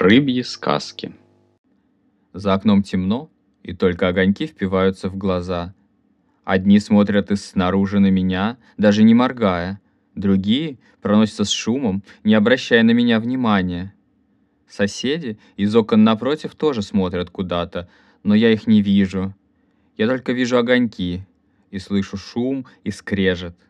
Рыбьи сказки. За окном темно, и только огоньки впиваются в глаза. Одни смотрят снаружи на меня, даже не моргая. Другие проносятся с шумом, не обращая на меня внимания. Соседи из окон напротив тоже смотрят куда-то, но я их не вижу. Я только вижу огоньки и слышу шум и скрежет.